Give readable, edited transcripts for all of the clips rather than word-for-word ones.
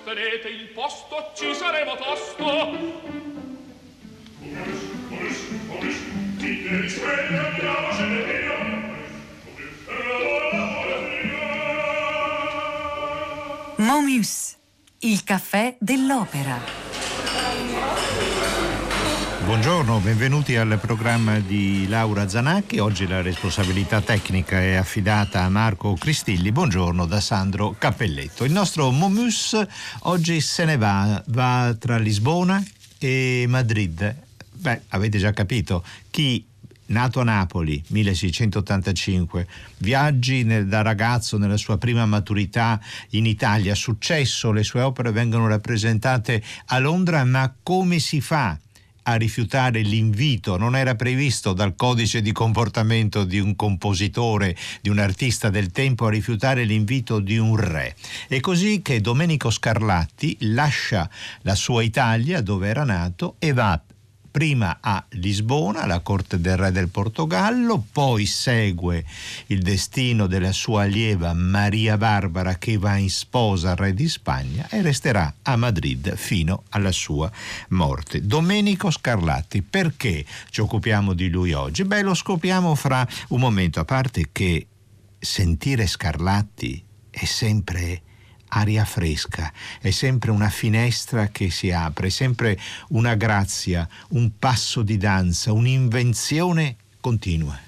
tenete il posto, ci saremo tosto. Momus, il caffè dell'opera. Buongiorno, benvenuti al programma di Laura Zanacchi. Oggi la responsabilità tecnica è affidata a Marco Cristilli. Buongiorno da Sandro Cappelletto. Il nostro Momus oggi se ne va tra Lisbona e Madrid. Beh, avete già capito, chi nato a Napoli 1685, viaggi da ragazzo nella sua prima maturità in Italia, successo, le sue opere vengono rappresentate a Londra, ma come si fa a rifiutare l'invito? Non era previsto dal codice di comportamento di un compositore, di un artista del tempo, a rifiutare l'invito di un re. È così che Domenico Scarlatti lascia la sua Italia, dove era nato, e va prima a Lisbona, alla corte del re del Portogallo, poi segue il destino della sua allieva Maria Barbara, che va in sposa al re di Spagna, e resterà a Madrid fino alla sua morte. Domenico Scarlatti, perché ci occupiamo di lui oggi? Beh, lo scopriamo fra un momento, a parte che sentire Scarlatti è sempre aria fresca, è sempre una finestra che si apre, è sempre una grazia, un passo di danza, un'invenzione continua.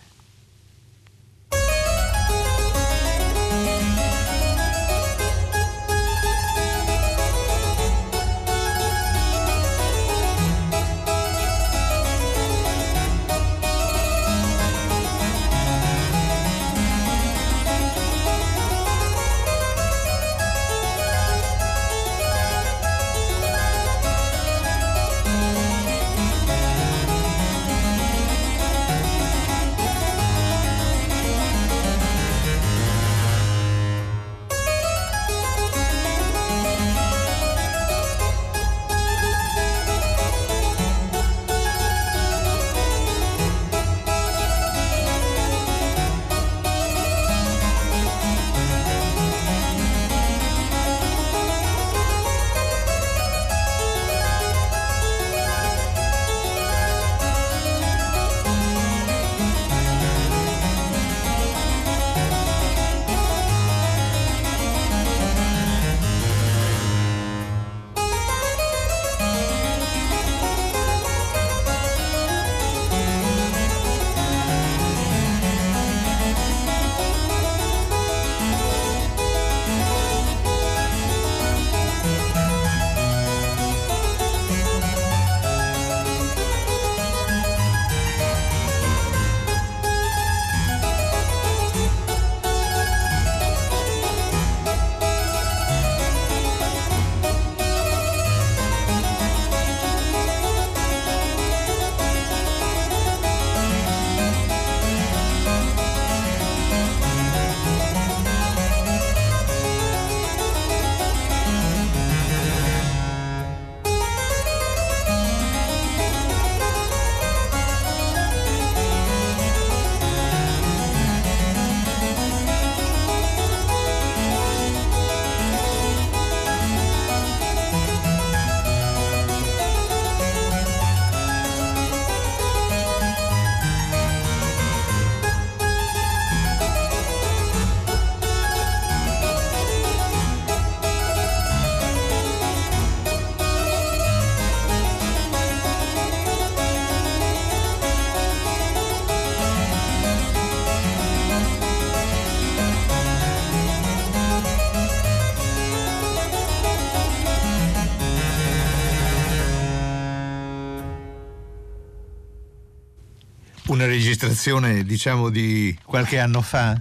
Una registrazione, diciamo, di qualche anno fa,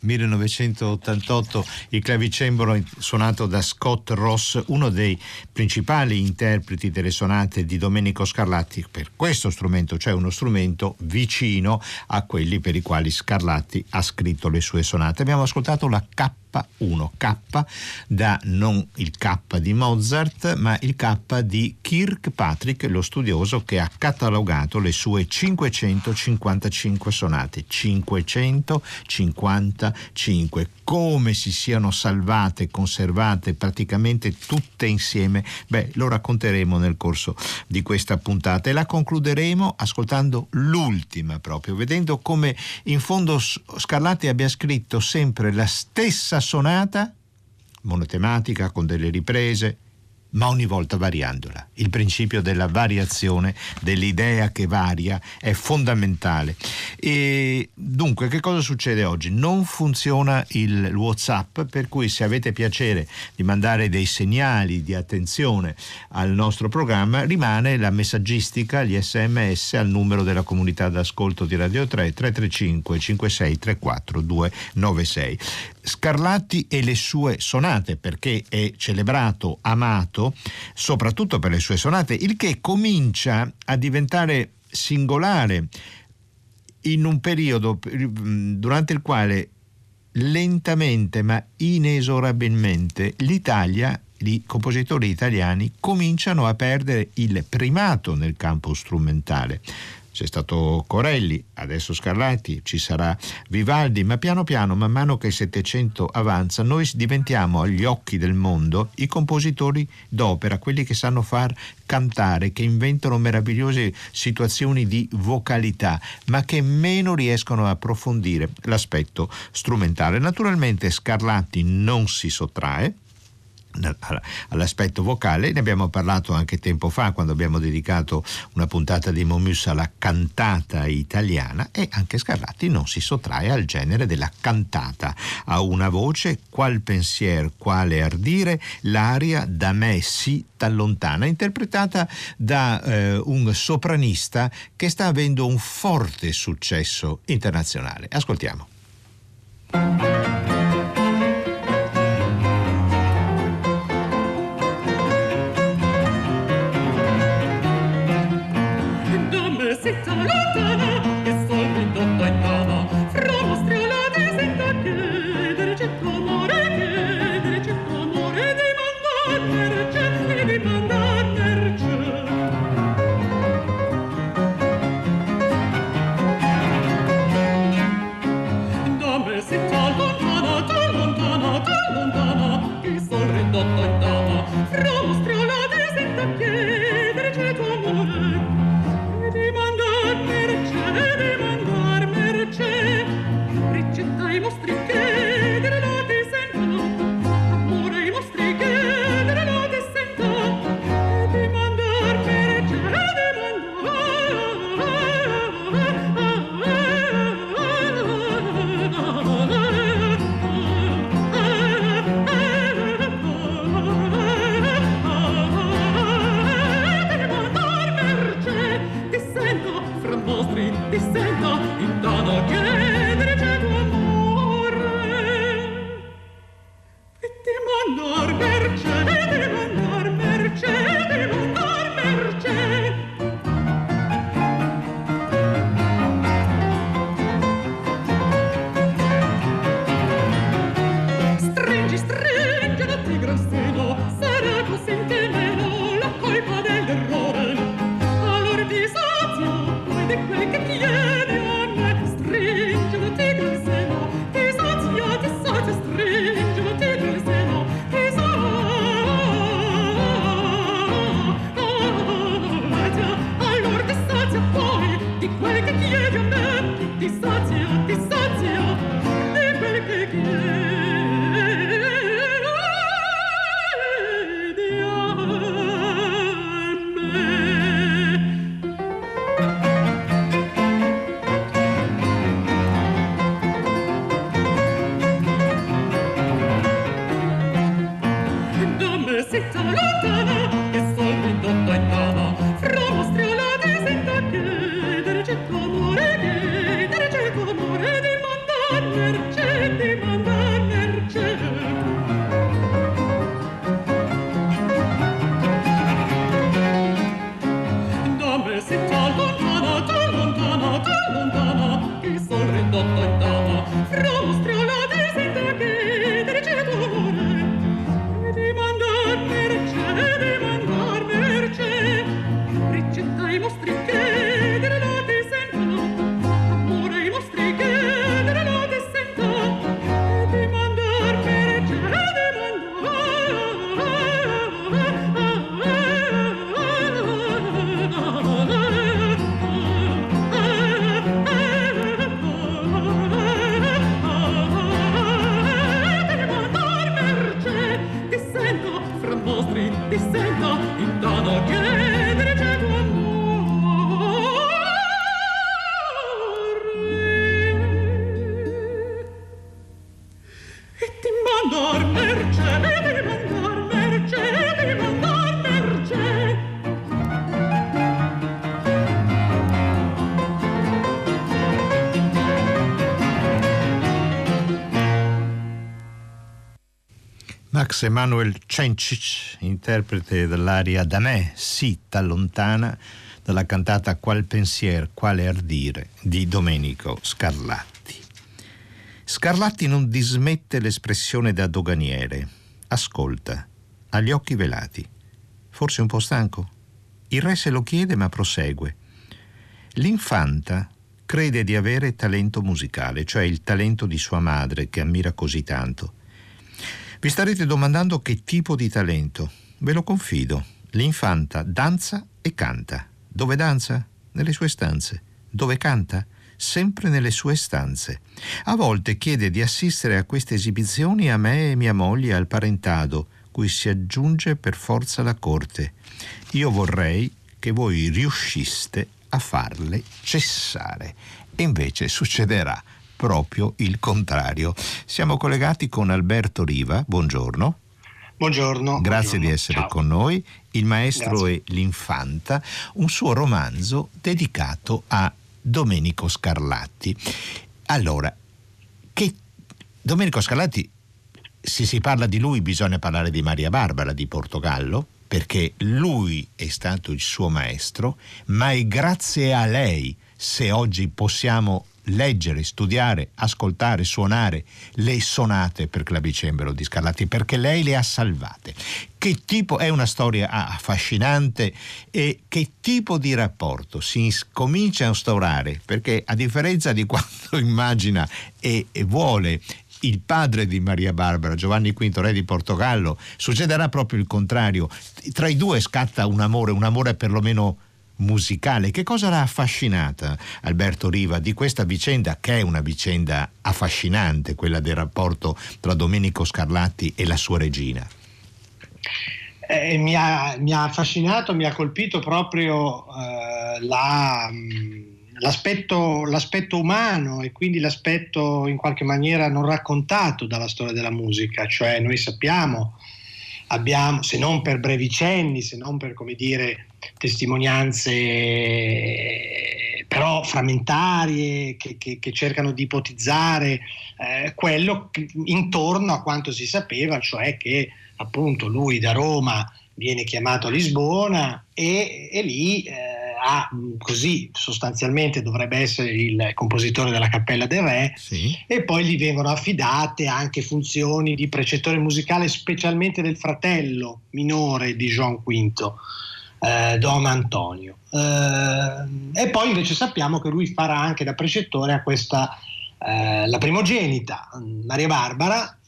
1988, il clavicembalo suonato da Scott Ross, uno dei principali interpreti delle sonate di Domenico Scarlatti, per questo strumento, cioè uno strumento vicino a quelli per i quali Scarlatti ha scritto le sue sonate. Abbiamo ascoltato la K K1, K da non il K di Mozart, ma il K di Kirkpatrick, lo studioso che ha catalogato le sue 555 sonate. 555. Come si siano salvate, conservate praticamente tutte insieme, lo racconteremo nel corso di questa puntata e la concluderemo ascoltando l'ultima proprio, vedendo come in fondo Scarlatti abbia scritto sempre la stessa sonata monotematica con delle riprese, ma ogni volta variandola. Il principio della variazione, dell'idea che varia, è fondamentale. E dunque, che cosa succede oggi? Non funziona il WhatsApp, per cui se avete piacere di mandare dei segnali di attenzione al nostro programma, rimane la messaggistica, gli SMS al numero della comunità d'ascolto di Radio 3, 335 56 34 296. Scarlatti e le sue sonate, perché è celebrato, amato, soprattutto per le sue sonate, il che comincia a diventare singolare in un periodo durante il quale lentamente ma inesorabilmente l'Italia, i compositori italiani cominciano a perdere il primato nel campo strumentale. C'è stato Corelli, adesso Scarlatti, ci sarà Vivaldi, ma piano piano, man mano che il Settecento avanza, noi diventiamo agli occhi del mondo i compositori d'opera, quelli che sanno far cantare, che inventano meravigliose situazioni di vocalità, ma che meno riescono a approfondire l'aspetto strumentale. Naturalmente Scarlatti non si sottrae all'aspetto vocale, ne abbiamo parlato anche tempo fa quando abbiamo dedicato una puntata di Momus alla cantata italiana, e anche Scarlatti non si sottrae al genere della cantata. Ha una voce, qual pensier, quale ardire, l'aria da me si t'allontana, interpretata da un sopranista che sta avendo un forte successo internazionale. Ascoltiamo. Max Emanuel Cencic, interprete dell'aria Da me si t'allontana, dalla cantata Qual pensier, quale ardire di Domenico Scarlatti. Scarlatti non dismette l'espressione da doganiere. Ascolta, ha gli occhi velati. Forse un po' stanco? Il re se lo chiede ma prosegue. L'infanta crede di avere talento musicale, cioè il talento di sua madre che ammira così tanto. Vi starete domandando che tipo di talento. Ve lo confido. L'infanta danza e canta. Dove danza? Nelle sue stanze. Dove canta? Sempre nelle sue stanze. A volte chiede di assistere a queste esibizioni a me e mia moglie al parentado, cui si aggiunge per forza la corte. Io vorrei che voi riusciste a farle cessare. E invece succederà proprio il contrario. Siamo collegati con Alberto Riva. Buongiorno. Buongiorno. Grazie di essere Ciao. con noi. Il maestro Grazie. e l'infanta, un suo romanzo dedicato a Domenico Scarlatti. Allora, che Domenico Scarlatti, se si parla di lui bisogna parlare di Maria Barbara di Portogallo, perché lui è stato il suo maestro, ma è grazie a lei se oggi possiamo leggere, studiare, ascoltare, suonare le sonate per clavicembalo di Scarlatti, perché lei le ha salvate. Che tipo, è una storia affascinante, e che tipo di rapporto si comincia a instaurare, perché a differenza di quanto immagina e vuole il padre di Maria Barbara, Giovanni V, re di Portogallo, succederà proprio il contrario. Tra i due scatta un amore perlomeno musicale. Che cosa l'ha affascinata, Alberto Riva, di questa vicenda, che è una vicenda affascinante, quella del rapporto tra Domenico Scarlatti e la sua regina? Mi ha affascinato, mi ha colpito proprio l'aspetto umano, e quindi l'aspetto in qualche maniera non raccontato dalla storia della musica. Cioè, noi sappiamo, abbiamo, se non per brevi cenni, se non per, come dire, testimonianze però frammentarie che cercano di ipotizzare quello intorno a quanto si sapeva, cioè che appunto lui da Roma viene chiamato a Lisbona e lì così sostanzialmente dovrebbe essere il compositore della Cappella del Re, sì. E poi gli vengono affidate anche funzioni di precettore musicale, specialmente del fratello minore di João V, Dom Antonio, e poi invece sappiamo che lui farà anche da precettore a questa la primogenita Maria Barbara,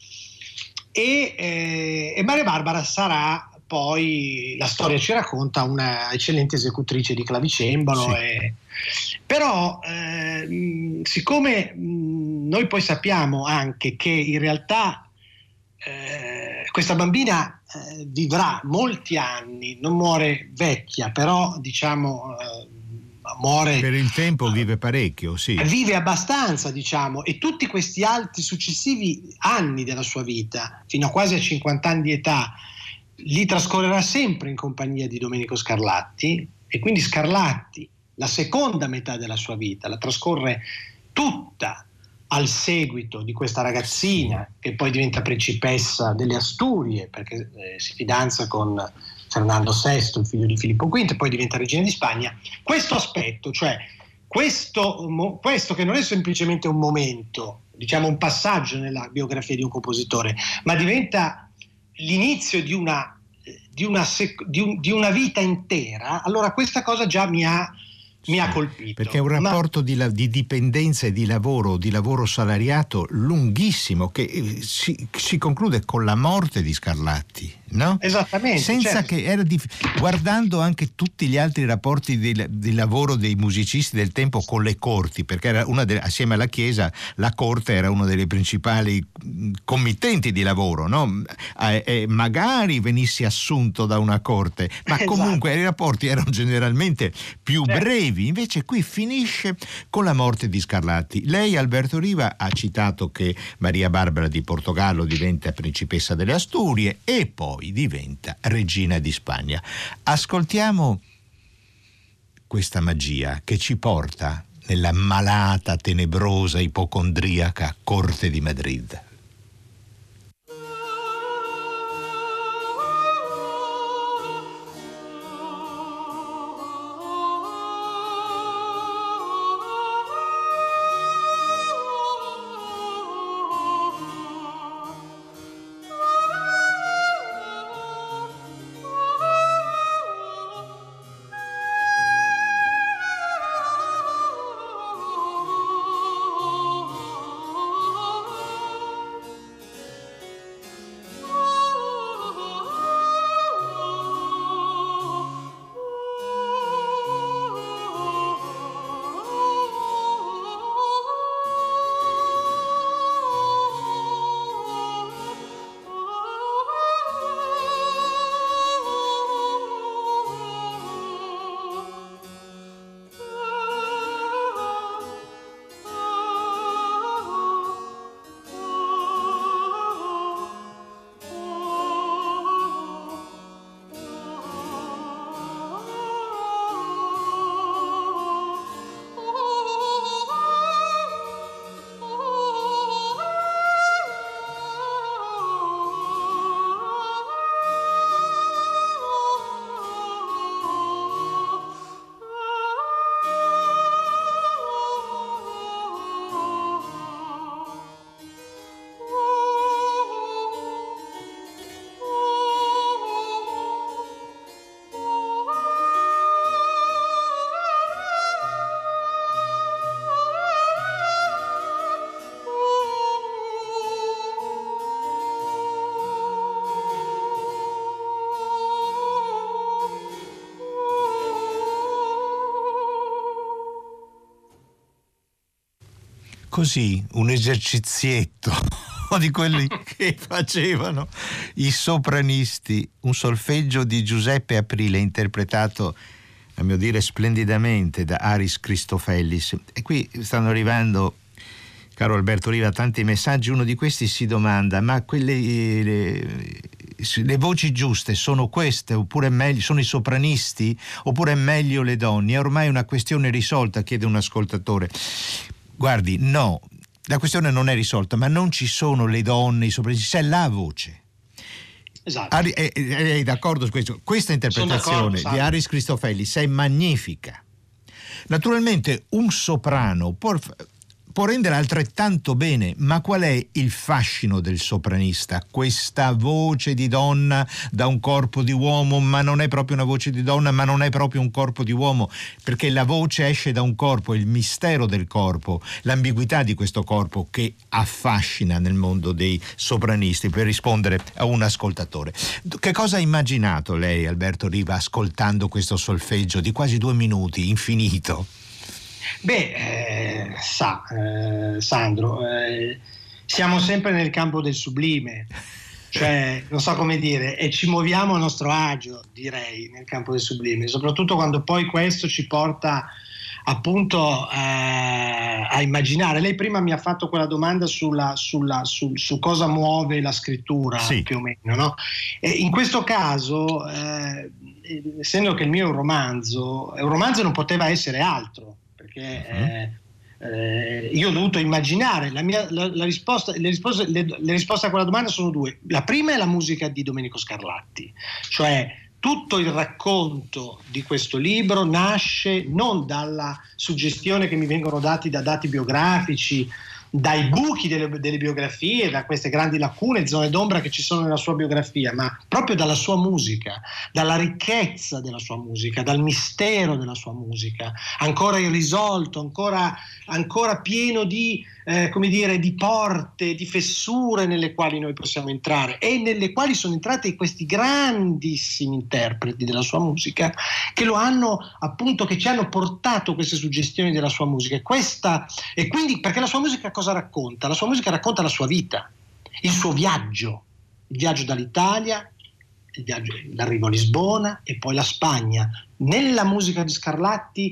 e Maria Barbara sarà poi, la storia ci racconta, una eccellente esecutrice di clavicembalo, sì. Però siccome noi poi sappiamo anche che in realtà questa bambina vivrà molti anni, non muore vecchia, però diciamo muore per il tempo, vive parecchio, sì. Vive abbastanza, diciamo, e tutti questi altri successivi anni della sua vita, fino a quasi a 50 anni di età, li trascorrerà sempre in compagnia di Domenico Scarlatti, e quindi Scarlatti la seconda metà della sua vita la trascorre tutta al seguito di questa ragazzina che poi diventa principessa delle Asturie, perché si fidanza con Fernando VI, il figlio di Filippo V, e poi diventa regina di Spagna. Questo aspetto, cioè questo che non è semplicemente un momento, diciamo un passaggio nella biografia di un compositore, ma diventa l'inizio di una vita intera, allora questa cosa già mi ha colpito. Perché è un rapporto di dipendenza e di lavoro salariato lunghissimo, che si conclude con la morte di Scarlatti, no? Esattamente. Senza certo. che guardando anche tutti gli altri rapporti di lavoro dei musicisti del tempo con le corti, perché era assieme alla Chiesa la corte era una delle principali committenti di lavoro, no? Magari venissi assunto da una corte, ma comunque i rapporti erano generalmente più brevi. Invece qui finisce con la morte di Scarlatti. Lei, Alberto Riva, ha citato che Maria Barbara di Portogallo diventa principessa delle Asturie e poi diventa regina di Spagna. Ascoltiamo questa magia che ci porta nella malata, tenebrosa, ipocondriaca corte di Madrid. così un esercizietto di quelli che facevano i sopranisti, un solfeggio di Giuseppe Aprile interpretato, a mio dire, splendidamente da Aris Christofellis. E qui stanno arrivando, caro Alberto Riva, tanti messaggi. Uno di questi si domanda: ma le voci giuste sono queste, oppure meglio sono i sopranisti, oppure è meglio le donne? È ormai una questione risolta, chiede un ascoltatore. Guardi, no, la questione non è risolta, ma non ci sono le donne, i sopranisti, c'è la voce. Esatto. È d'accordo su questo? Questa interpretazione di Aris Christofellis è magnifica. Naturalmente un soprano può rendere altrettanto bene, ma qual è il fascino del sopranista? Questa voce di donna da un corpo di uomo, ma non è proprio una voce di donna, ma non è proprio un corpo di uomo, perché la voce esce da un corpo, il mistero del corpo, l'ambiguità di questo corpo che affascina nel mondo dei sopranisti, per rispondere a un ascoltatore. Che cosa ha immaginato lei, Alberto Riva, ascoltando questo solfeggio di quasi 2 minuti, infinito? Sandro, siamo sempre nel campo del sublime, cioè non so come dire, e ci muoviamo a nostro agio, direi, nel campo del sublime, soprattutto quando poi questo ci porta appunto a immaginare. Lei prima mi ha fatto quella domanda su cosa muove la scrittura, sì, più o meno, no? E in questo caso, essendo che il mio è un romanzo non poteva essere altro, perché io ho dovuto immaginare le risposte a quella domanda sono 2. La prima è la musica di Domenico Scarlatti, cioè tutto il racconto di questo libro nasce non dalla suggestione che mi vengono dati da dati biografici, dai buchi delle biografie, da queste grandi lacune, zone d'ombra che ci sono nella sua biografia, ma proprio dalla sua musica, dalla ricchezza della sua musica, dal mistero della sua musica, ancora irrisolto, ancora pieno di di porte, di fessure nelle quali noi possiamo entrare, e nelle quali sono entrati questi grandissimi interpreti della sua musica che lo hanno, appunto, che ci hanno portato queste suggestioni della sua musica. E quindi, perché la sua musica cosa racconta? La sua musica racconta la sua vita, il suo viaggio, il viaggio dall'Italia, l'arrivo a Lisbona e poi la Spagna. Nella musica di Scarlatti,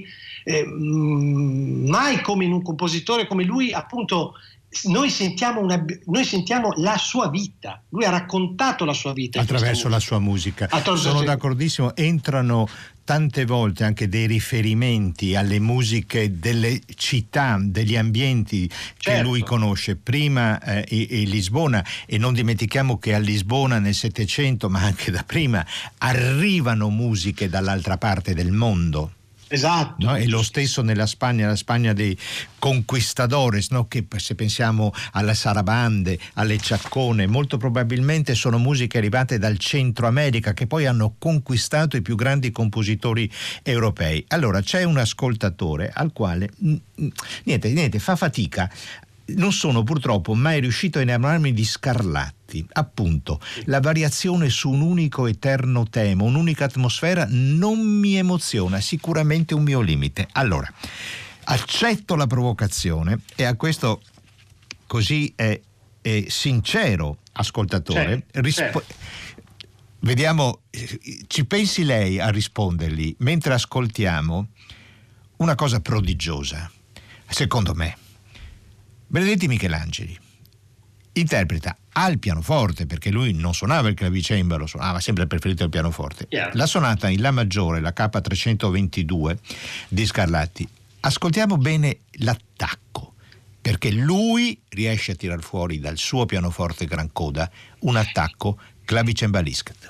mai come in un compositore come lui, appunto, noi sentiamo la sua vita. Lui ha raccontato la sua vita attraverso la sua musica. Sono d'accordissimo. Entrano tante volte anche dei riferimenti alle musiche delle città, degli ambienti, certo, che lui conosce, prima e Lisbona, e non dimentichiamo che a Lisbona nel Settecento, ma anche da prima, arrivano musiche dall'altra parte del mondo. Esatto. No? E lo stesso nella Spagna, la Spagna dei conquistadores, no? Che se pensiamo alla sarabande, alle ciaccone, molto probabilmente sono musiche arrivate dal Centro America, che poi hanno conquistato i più grandi compositori europei. Allora c'è un ascoltatore al quale niente, fa fatica. Non sono purtroppo mai riuscito a innamorarmi di Scarlatti. Appunto, la variazione su un unico eterno tema, un'unica atmosfera non mi emoziona, sicuramente un mio limite. Allora, accetto la provocazione, e a questo così è sincero ascoltatore, certo. Vediamo, ci pensi lei a rispondergli mentre ascoltiamo una cosa prodigiosa, secondo me. Benedetti Michelangeli interpreta al pianoforte, perché lui non suonava il clavicembalo, suonava sempre preferito il pianoforte, la sonata in La maggiore, la K322 di Scarlatti. Ascoltiamo bene l'attacco, perché lui riesce a tirar fuori dal suo pianoforte gran coda un attacco clavicembalistico.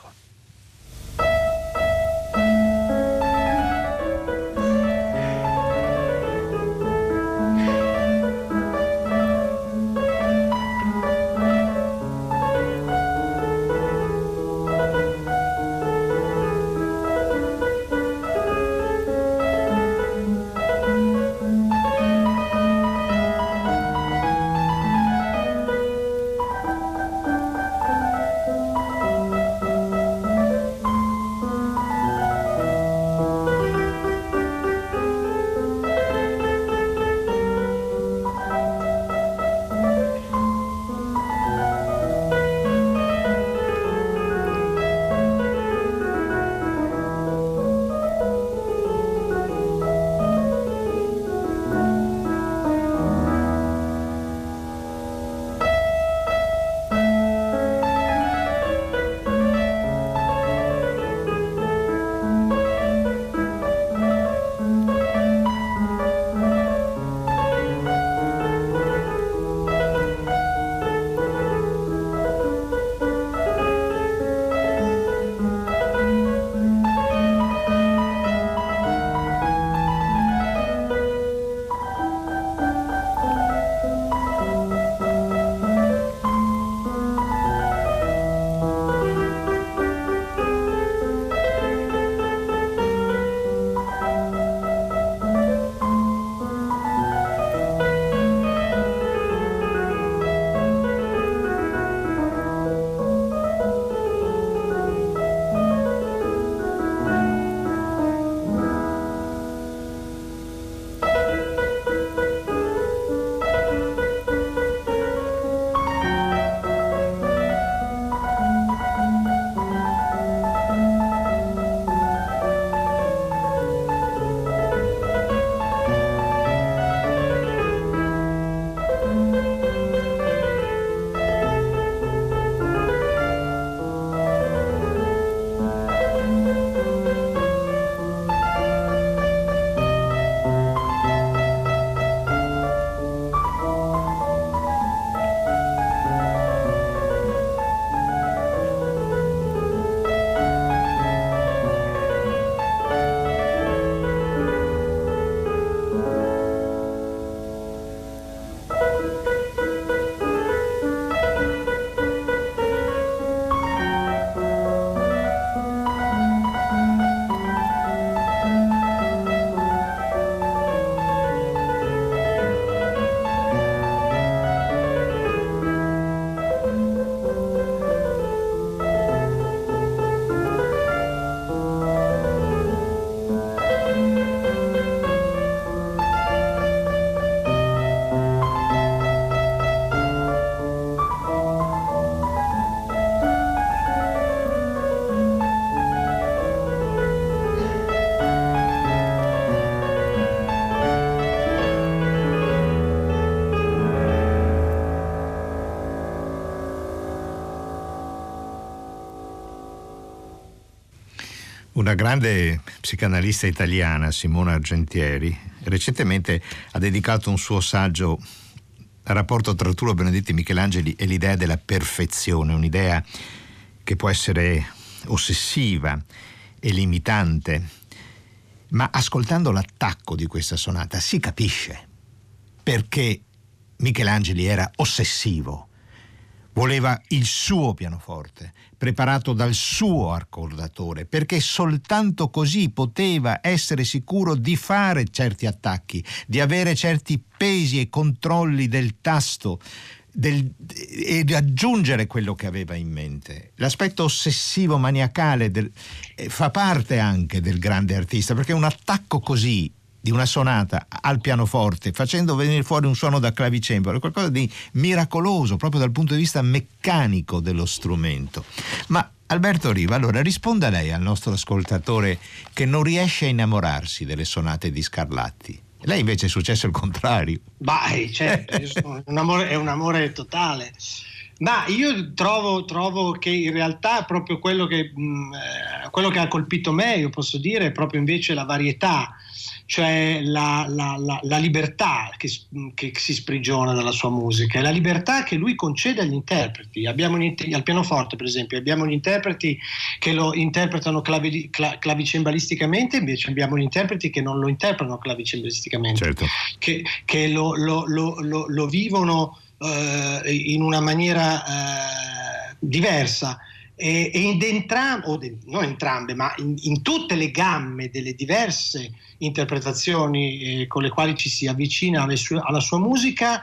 Una grande psicanalista italiana, Simona Argentieri, recentemente ha dedicato un suo saggio al rapporto tra Arturo Benedetti e Michelangeli e l'idea della perfezione, un'idea che può essere ossessiva e limitante, ma ascoltando l'attacco di questa sonata si capisce perché Michelangeli era ossessivo. Voleva il suo pianoforte, preparato dal suo accordatore, perché soltanto così poteva essere sicuro di fare certi attacchi, di avere certi pesi e controlli del tasto e di aggiungere quello che aveva in mente. L'aspetto ossessivo maniacale fa parte anche del grande artista, perché un attacco così di una sonata al pianoforte, facendo venire fuori un suono da clavicembalo, è qualcosa di miracoloso proprio dal punto di vista meccanico dello strumento. Ma Alberto Riva, allora risponda lei al nostro ascoltatore che non riesce a innamorarsi delle sonate di Scarlatti. Lei invece è successo il contrario. Certo, è un amore totale. Ma io trovo che in realtà proprio quello che ha colpito me, io posso dire, è proprio invece la varietà, cioè la libertà che si sprigiona dalla sua musica, e la libertà che lui concede agli interpreti. Al pianoforte, per esempio, abbiamo gli interpreti che lo interpretano clavicembalisticamente, invece abbiamo gli interpreti che non lo interpretano clavicembalisticamente, certo, che lo vivono in una maniera diversa, e non entrambe, ma in tutte le gamme delle diverse interpretazioni con le quali ci si avvicina alla sua musica,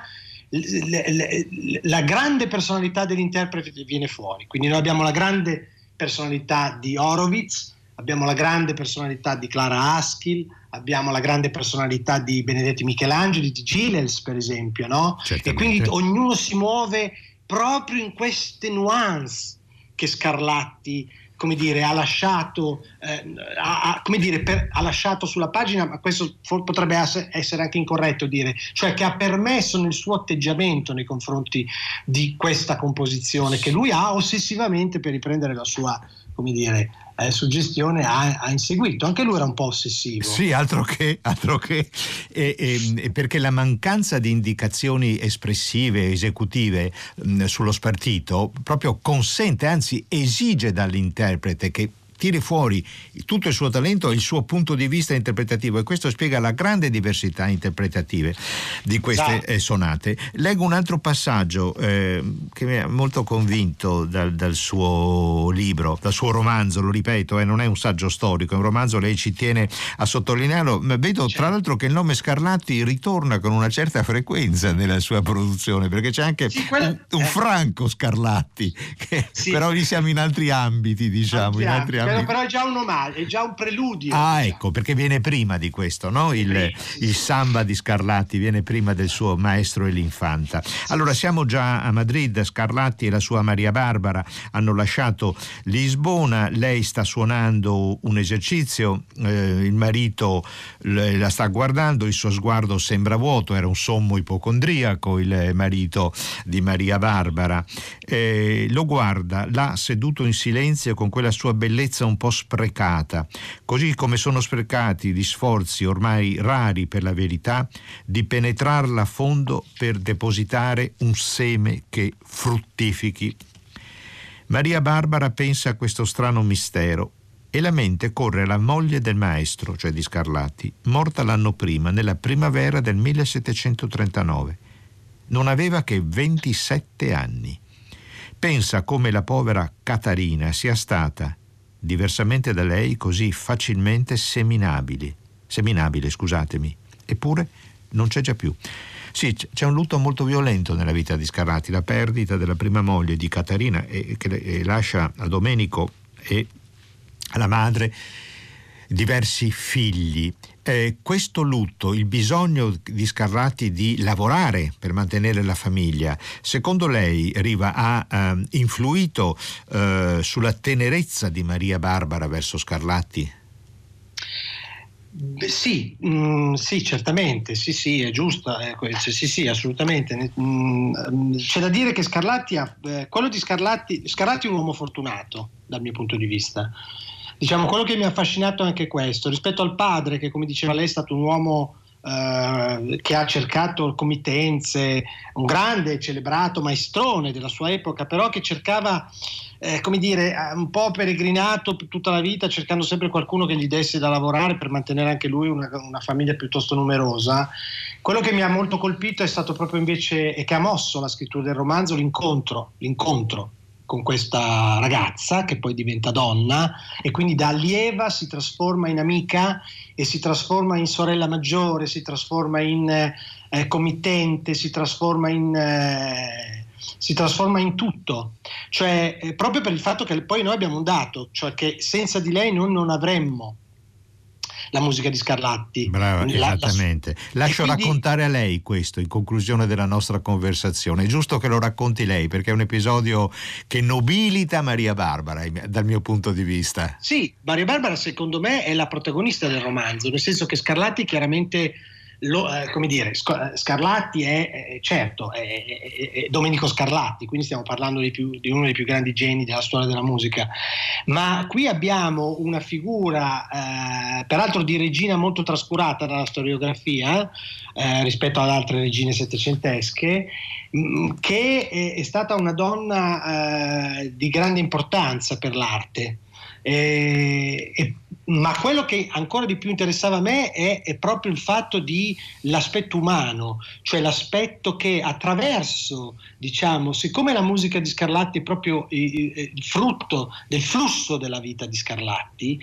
la grande personalità dell'interprete viene fuori. Quindi noi abbiamo la grande personalità di Horowitz, abbiamo la grande personalità di Clara Askill, abbiamo la grande personalità di Benedetti Michelangeli, di Gilels per esempio, no? E quindi ognuno si muove proprio in queste nuance che Scarlatti, come dire, ha lasciato sulla pagina, ma questo potrebbe essere anche incorretto dire, cioè che ha permesso nel suo atteggiamento nei confronti di questa composizione che lui ha ossessivamente, per riprendere la sua, come dire, suggestione, ha inseguito. Anche lui era un po' ossessivo. Sì, altro che perché la mancanza di indicazioni espressive, esecutive sullo spartito proprio consente, anzi esige dall'interprete che tiri fuori tutto il suo talento e il suo punto di vista interpretativo, e questo spiega la grande diversità interpretative di queste sonate. Leggo un altro passaggio che mi ha molto convinto dal suo libro, dal suo romanzo, lo ripeto, non è un saggio storico, è un romanzo, lei ci tiene a sottolinearlo, ma vedo tra l'altro che il nome Scarlatti ritorna con una certa frequenza nella sua produzione, perché c'è anche un Franco Scarlatti, che però lì siamo in altri ambiti, diciamo, in altri ambiti. Però è già un omaggio, è già un preludio. Ecco, perché viene prima di questo, no? Il samba di Scarlatti viene prima del suo Maestro e l'Infanta. Allora, siamo già a Madrid. Scarlatti e la sua Maria Barbara hanno lasciato Lisbona, lei sta suonando un esercizio, il marito la sta guardando, il suo sguardo sembra vuoto, era un sommo ipocondriaco il marito di Maria Barbara, lo guarda là seduto in silenzio con quella sua bellezza un po' sprecata, così come sono sprecati gli sforzi ormai rari per la verità di penetrarla a fondo per depositare un seme che fruttifichi. Maria Barbara pensa a questo strano mistero e la mente corre alla moglie del maestro, cioè di Scarlatti, morta l'anno prima, nella primavera del 1739. Non aveva che 27 anni. Pensa come la povera Catarina sia stata, diversamente da lei, così facilmente seminabile, eppure non c'è già più. Sì, c'è un lutto molto violento nella vita di Scarlatti, la perdita della prima moglie di Catarina, che lascia a Domenico e alla madre diversi figli. Questo lutto, il bisogno di Scarlatti di lavorare per mantenere la famiglia, secondo lei, Riva, ha influito sulla tenerezza di Maria Barbara verso Scarlatti? Sì, certamente, sì, è giusta, sì, assolutamente. C'è da dire che Scarlatti è un uomo fortunato dal mio punto di vista, Diciamo, quello che mi ha affascinato è anche questo, rispetto al padre, che come diceva lei è stato un uomo che ha cercato committenze, un grande celebrato maestrone della sua epoca, però che cercava, come dire, un po' peregrinato tutta la vita, cercando sempre qualcuno che gli desse da lavorare per mantenere anche lui una famiglia piuttosto numerosa. Quello che mi ha molto colpito è stato proprio invece, e che ha mosso la scrittura del romanzo, l'incontro con questa ragazza che poi diventa donna e quindi da allieva si trasforma in amica e si trasforma in sorella maggiore, si trasforma in committente, si trasforma in tutto, cioè proprio per il fatto che poi noi abbiamo un dato, cioè che senza di lei noi non avremmo la musica di Scarlatti. Brava, esattamente. Lascio quindi raccontare a lei questo in conclusione della nostra conversazione. È giusto che lo racconti lei, perché è un episodio che nobilita Maria Barbara dal mio punto di vista. Sì, Maria Barbara secondo me è la protagonista del romanzo, nel senso che Scarlatti chiaramente come dire, Scarlatti è certo è Domenico Scarlatti, quindi stiamo parlando di uno dei più grandi geni della storia della musica, ma qui abbiamo una figura peraltro di regina molto trascurata dalla storiografia rispetto ad altre regine settecentesche, che è stata una donna di grande importanza per l'arte. Ma quello che ancora di più interessava a me è proprio il fatto di l'aspetto umano, cioè l'aspetto che attraverso, diciamo, siccome la musica di Scarlatti è proprio il frutto del flusso della vita di Scarlatti,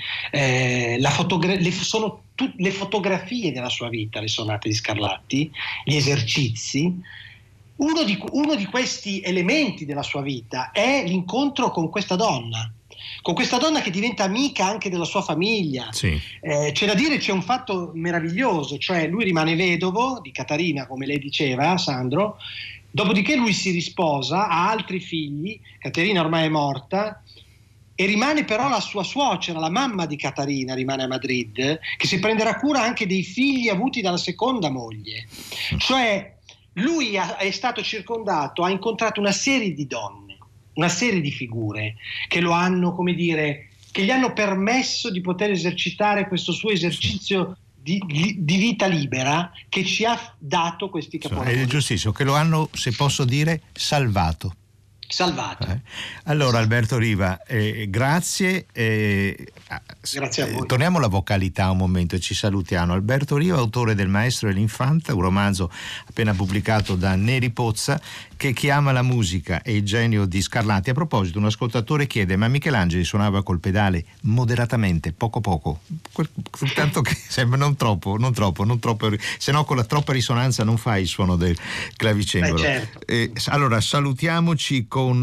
sono le fotografie della sua vita, le sonate di Scarlatti, gli esercizi. Uno di questi elementi della sua vita è l'incontro con questa donna che diventa amica anche della sua famiglia. Sì. C'è da dire, c'è un fatto meraviglioso, cioè lui rimane vedovo di Catarina, come lei diceva, Sandro, dopodiché lui si risposa, ha altri figli, Caterina ormai è morta, e rimane però la sua suocera, la mamma di Catarina, rimane a Madrid, che si prenderà cura anche dei figli avuti dalla seconda moglie. Cioè lui è stato circondato, ha incontrato una serie di donne, una serie di figure che lo hanno, come dire, che gli hanno permesso di poter esercitare questo suo esercizio di vita libera che ci ha dato questi capolavori. È giustissimo, che lo hanno, se posso dire, salvato. Allora Alberto Riva, grazie. Grazie a voi. Torniamo alla vocalità un momento e ci salutiamo. Alberto Riva, autore del Maestro e l'Infanta, un romanzo appena pubblicato da Neri Pozza, che chiama la musica e il genio di Scarlatti. A proposito, un ascoltatore chiede: ma Michelangelo suonava col pedale moderatamente, poco, tanto che sembra non troppo, se no con la troppa risonanza non fai il suono del clavicembalo. Certo. Allora salutiamoci con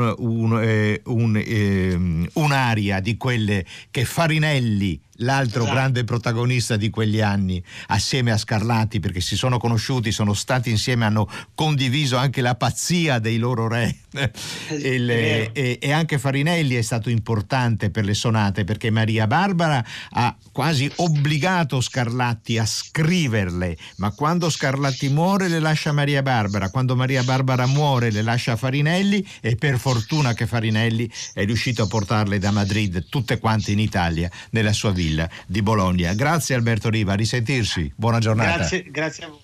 un'aria di quelle che Farinelli, l'altro grande protagonista di quegli anni, assieme a Scarlatti, perché si sono conosciuti, sono stati insieme, hanno condiviso anche la pazzia dei loro re. E anche Farinelli è stato importante per le sonate, perché Maria Barbara ha quasi obbligato Scarlatti a scriverle, ma quando Scarlatti muore le lascia Maria Barbara, quando Maria Barbara muore le lascia Farinelli, e per fortuna che Farinelli è riuscito a portarle da Madrid tutte quante in Italia, nella sua villa di Bologna. Grazie Alberto Riva, a risentirci, buona giornata. Grazie a voi.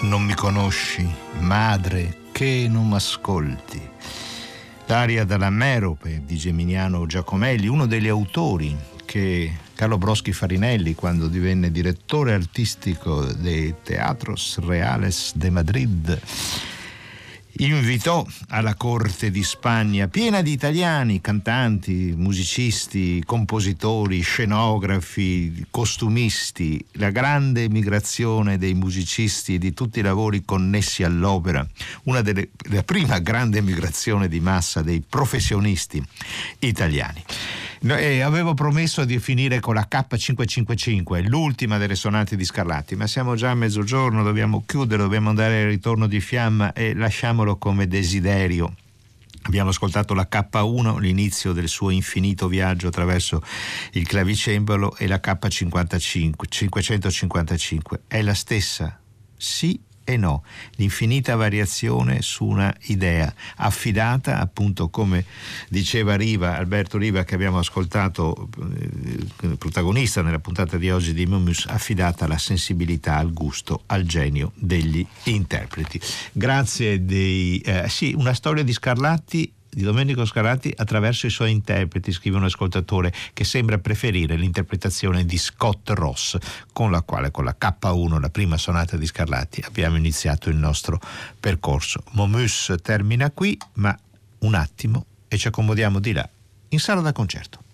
non mi conosci, madre, che non m'ascolti. L'aria dalla Merope di Geminiano Giacomelli, uno degli autori che Carlo Broschi Farinelli, quando divenne direttore artistico dei Teatros Reales de Madrid, invitò alla corte di Spagna, piena di italiani, cantanti, musicisti, compositori, scenografi, costumisti, la grande migrazione dei musicisti e di tutti i lavori connessi all'opera, la prima grande migrazione di massa dei professionisti italiani. Avevo promesso di finire con la K555, l'ultima delle sonate di Scarlatti, ma siamo già a mezzogiorno, dobbiamo chiudere, dobbiamo andare al ritorno di Fiamma e lasciamolo come desiderio. Abbiamo ascoltato la K1, l'inizio del suo infinito viaggio attraverso il clavicembalo, e la K555 è la stessa, sì e no, l'infinita variazione su una idea affidata, appunto, come diceva Alberto Riva, che abbiamo ascoltato, protagonista nella puntata di oggi di Momus, affidata alla sensibilità, al gusto, al genio degli interpreti. Grazie una storia di Scarlatti, di Domenico Scarlatti, attraverso i suoi interpreti, scrive un ascoltatore che sembra preferire l'interpretazione di Scott Ross, con la quale, con la K1, la prima sonata di Scarlatti, abbiamo iniziato il nostro percorso. Momus termina qui, ma un attimo e ci accomodiamo di là, in sala da concerto.